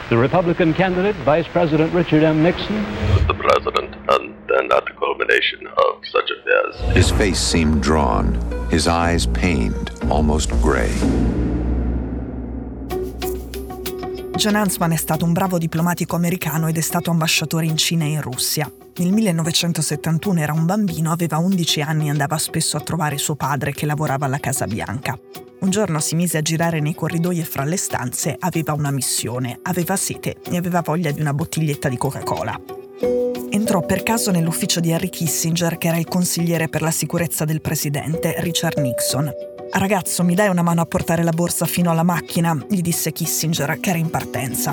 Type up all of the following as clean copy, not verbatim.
The Republican candidate, Vice President Richard M. Nixon. The president, and then at the culmination of such affairs. His face seemed drawn, his eyes pained, almost gray. Jon Huntsman è stato un bravo diplomatico americano ed è stato ambasciatore in Cina e in Russia. Nel 1971 era un bambino, aveva 11 anni e andava spesso a trovare suo padre che lavorava alla Casa Bianca. Un giorno si mise a girare nei corridoi e fra le stanze aveva una missione, aveva sete e aveva voglia di una bottiglietta di Coca-Cola. Entrò per caso nell'ufficio di Henry Kissinger, che era il consigliere per la sicurezza del presidente, Richard Nixon. «Ragazzo, mi dai una mano a portare la borsa fino alla macchina?» gli disse Kissinger, che era in partenza.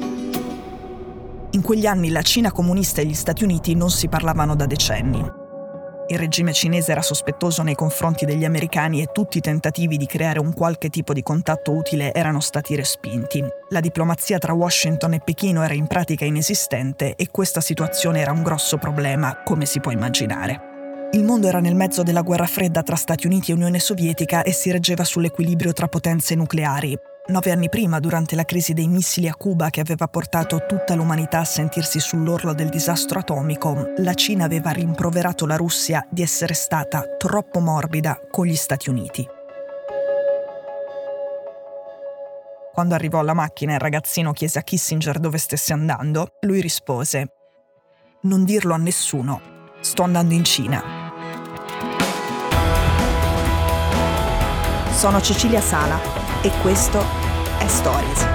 In quegli anni la Cina comunista e gli Stati Uniti non si parlavano da decenni. Il regime cinese era sospettoso nei confronti degli americani e tutti i tentativi di creare un qualche tipo di contatto utile erano stati respinti. La diplomazia tra Washington e Pechino era in pratica inesistente e questa situazione era un grosso problema, come si può immaginare. Il mondo era nel mezzo della guerra fredda tra Stati Uniti e Unione Sovietica e si reggeva sull'equilibrio tra potenze nucleari. 9 anni prima, durante la crisi dei missili a Cuba che aveva portato tutta l'umanità a sentirsi sull'orlo del disastro atomico, la Cina aveva rimproverato la Russia di essere stata troppo morbida con gli Stati Uniti. Quando arrivò alla macchina e il ragazzino chiese a Kissinger dove stesse andando, lui rispose: «Non dirlo a nessuno, sto andando in Cina». Sono Cecilia Sala e questo è Stories.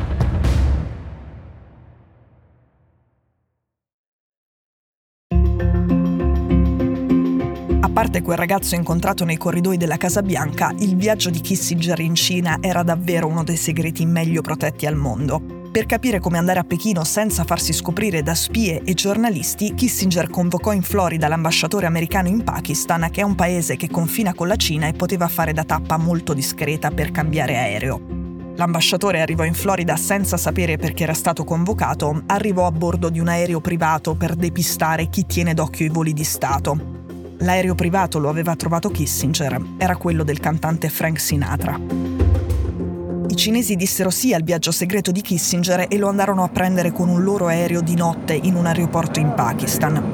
A parte quel ragazzo incontrato nei corridoi della Casa Bianca, il viaggio di Kissinger in Cina era davvero uno dei segreti meglio protetti al mondo. Per capire come andare a Pechino senza farsi scoprire da spie e giornalisti, Kissinger convocò in Florida l'ambasciatore americano in Pakistan, che è un paese che confina con la Cina e poteva fare da tappa molto discreta per cambiare aereo. L'ambasciatore arrivò in Florida senza sapere perché era stato convocato, arrivò a bordo di un aereo privato per depistare chi tiene d'occhio i voli di Stato. L'aereo privato lo aveva trovato Kissinger, era quello del cantante Frank Sinatra. I cinesi dissero sì al viaggio segreto di Kissinger e lo andarono a prendere con un loro aereo di notte in un aeroporto in Pakistan.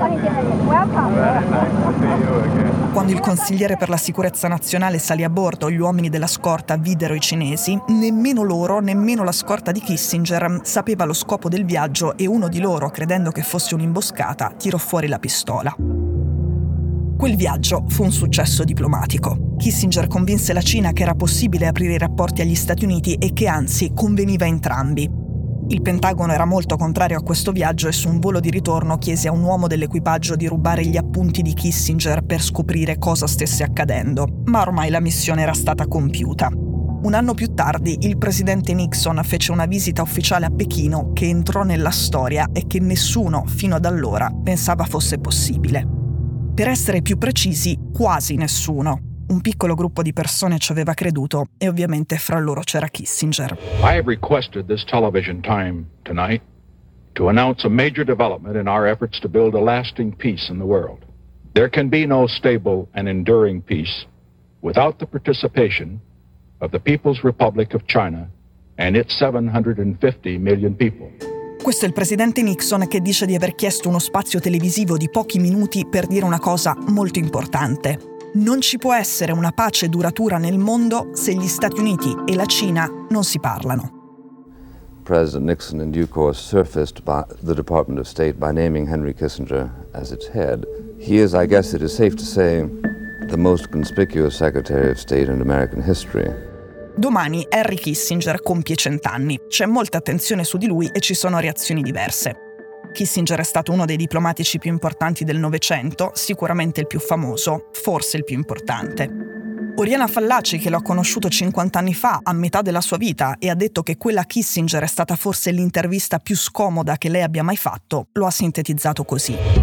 Quando il consigliere per la sicurezza nazionale salì a bordo, gli uomini della scorta videro i cinesi, nemmeno loro, nemmeno la scorta di Kissinger sapeva lo scopo del viaggio e uno di loro, credendo che fosse un'imboscata, tirò fuori la pistola. Quel viaggio fu un successo diplomatico. Kissinger convinse la Cina che era possibile aprire i rapporti agli Stati Uniti e che anzi conveniva a entrambi. Il Pentagono era molto contrario a questo viaggio e su un volo di ritorno chiese a un uomo dell'equipaggio di rubare gli appunti di Kissinger per scoprire cosa stesse accadendo, ma ormai la missione era stata compiuta. Un anno più tardi il presidente Nixon fece una visita ufficiale a Pechino che entrò nella storia e che nessuno fino ad allora pensava fosse possibile. Per essere più precisi, quasi nessuno. Un piccolo gruppo di persone ci aveva creduto e ovviamente fra loro c'era Kissinger. I have requested this television time tonight to announce a major development in our efforts to build a lasting peace in the world. There can be no stable and enduring peace without the participation of the People's Republic of China and its 750 million people. Questo è il presidente Nixon che dice di aver chiesto uno spazio televisivo di pochi minuti per dire una cosa molto importante. Non ci può essere una pace duratura nel mondo se gli Stati Uniti e la Cina non si parlano. President Nixon in due course surfaced the Department of State by naming Henry Kissinger as its head. He is, I guess it is safe to say, the most conspicuous Secretary of State in American history. Domani Henry Kissinger compie 100 anni. C'è molta attenzione su di lui e ci sono reazioni diverse. Kissinger è stato uno dei diplomatici più importanti del Novecento, sicuramente il più famoso, forse il più importante. Oriana Fallaci, che l'ho conosciuto 50 anni fa, a metà della sua vita, e ha detto che quella a Kissinger è stata forse l'intervista più scomoda che lei abbia mai fatto, lo ha sintetizzato così.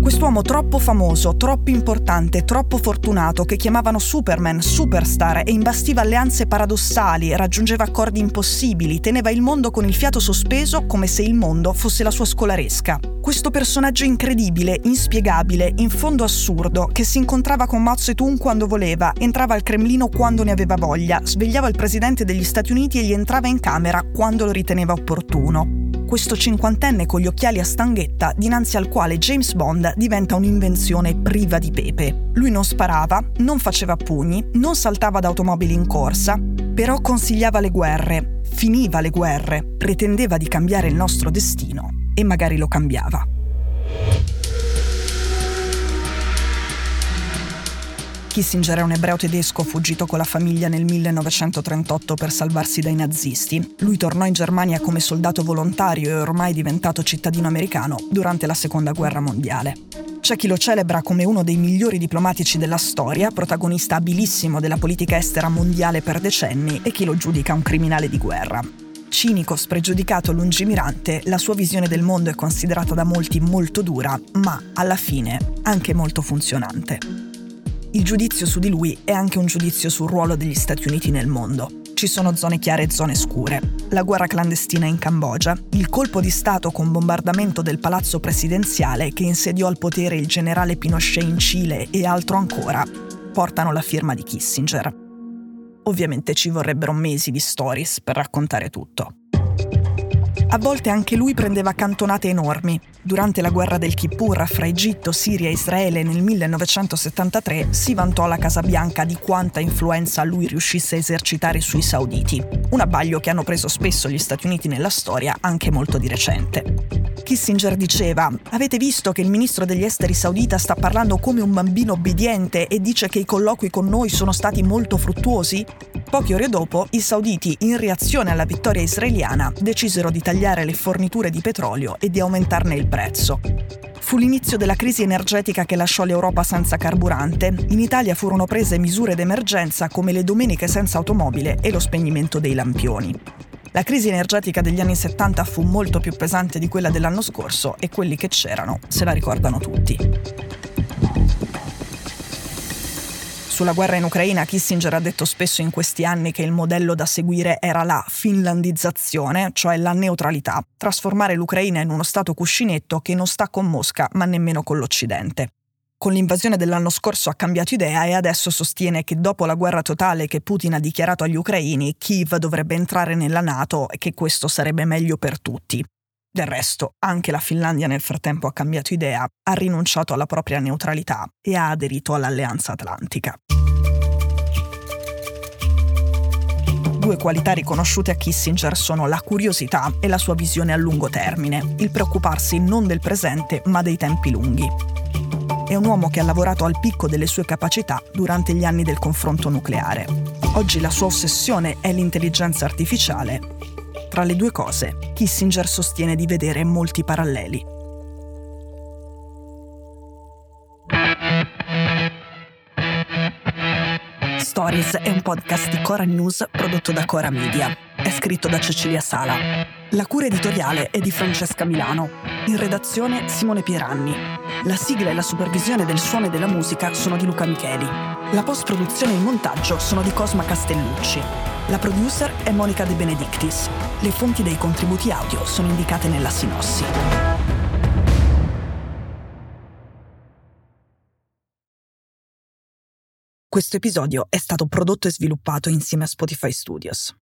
Quest'uomo troppo famoso, troppo importante, troppo fortunato, che chiamavano Superman, superstar, e imbastiva alleanze paradossali, raggiungeva accordi impossibili, teneva il mondo con il fiato sospeso come se il mondo fosse la sua scolaresca. Questo personaggio incredibile, inspiegabile, in fondo assurdo, che si incontrava con Mao Zedong quando voleva, entrava al Cremlino quando ne aveva voglia, svegliava il presidente degli Stati Uniti e gli entrava in camera quando lo riteneva opportuno. Questo cinquantenne con gli occhiali a stanghetta, dinanzi al quale James Bond diventa un'invenzione priva di pepe. Lui non sparava, non faceva pugni, non saltava da automobili in corsa, però consigliava le guerre, finiva le guerre, pretendeva di cambiare il nostro destino e magari lo cambiava. Kissinger è un ebreo tedesco fuggito con la famiglia nel 1938 per salvarsi dai nazisti. Lui tornò in Germania come soldato volontario e ormai diventato cittadino americano durante la Seconda Guerra Mondiale. C'è chi lo celebra come uno dei migliori diplomatici della storia, protagonista abilissimo della politica estera mondiale per decenni, e chi lo giudica un criminale di guerra. Cinico, spregiudicato, lungimirante, la sua visione del mondo è considerata da molti molto dura, ma alla fine anche molto funzionante. Il giudizio su di lui è anche un giudizio sul ruolo degli Stati Uniti nel mondo. Ci sono zone chiare e zone scure. La guerra clandestina in Cambogia, il colpo di Stato con bombardamento del palazzo presidenziale che insediò al potere il generale Pinochet in Cile e altro ancora, portano la firma di Kissinger. Ovviamente ci vorrebbero mesi di stories per raccontare tutto. A volte anche lui prendeva cantonate enormi. Durante la guerra del Kippur fra Egitto, Siria e Israele nel 1973 si vantò alla Casa Bianca di quanta influenza lui riuscisse a esercitare sui sauditi. Un abbaglio che hanno preso spesso gli Stati Uniti nella storia, anche molto di recente. Kissinger diceva: «Avete visto che il ministro degli esteri saudita sta parlando come un bambino obbediente e dice che i colloqui con noi sono stati molto fruttuosi?» Poche ore dopo, i sauditi, in reazione alla vittoria israeliana, decisero di tagliare le forniture di petrolio e di aumentarne il prezzo. Fu l'inizio della crisi energetica che lasciò l'Europa senza carburante. In Italia furono prese misure d'emergenza come le domeniche senza automobile e lo spegnimento dei lampioni. La crisi energetica degli anni 70 fu molto più pesante di quella dell'anno scorso e quelli che c'erano se la ricordano tutti. Sulla guerra in Ucraina, Kissinger ha detto spesso in questi anni che il modello da seguire era la finlandizzazione, cioè la neutralità, trasformare l'Ucraina in uno stato cuscinetto che non sta con Mosca ma nemmeno con l'Occidente. Con l'invasione dell'anno scorso ha cambiato idea e adesso sostiene che dopo la guerra totale che Putin ha dichiarato agli ucraini, Kyiv dovrebbe entrare nella NATO e che questo sarebbe meglio per tutti. Del resto, anche la Finlandia nel frattempo ha cambiato idea, ha rinunciato alla propria neutralità e ha aderito all'Alleanza Atlantica. Due qualità riconosciute a Kissinger sono la curiosità e la sua visione a lungo termine, il preoccuparsi non del presente ma dei tempi lunghi. È un uomo che ha lavorato al picco delle sue capacità durante gli anni del confronto nucleare. Oggi la sua ossessione è l'intelligenza artificiale. Tra le due cose, Kissinger sostiene di vedere molti paralleli. Stories è un podcast di Cora News prodotto da Cora Media. È scritto da Cecilia Sala. La cura editoriale è di Francesca Milano. In redazione Simone Pieranni. La sigla e la supervisione del suono e della musica sono di Luca Micheli. La post-produzione e il montaggio sono di Cosma Castellucci. La producer è Monica De Benedictis. Le fonti dei contributi audio sono indicate nella sinossi. Questo episodio è stato prodotto e sviluppato insieme a Spotify Studios.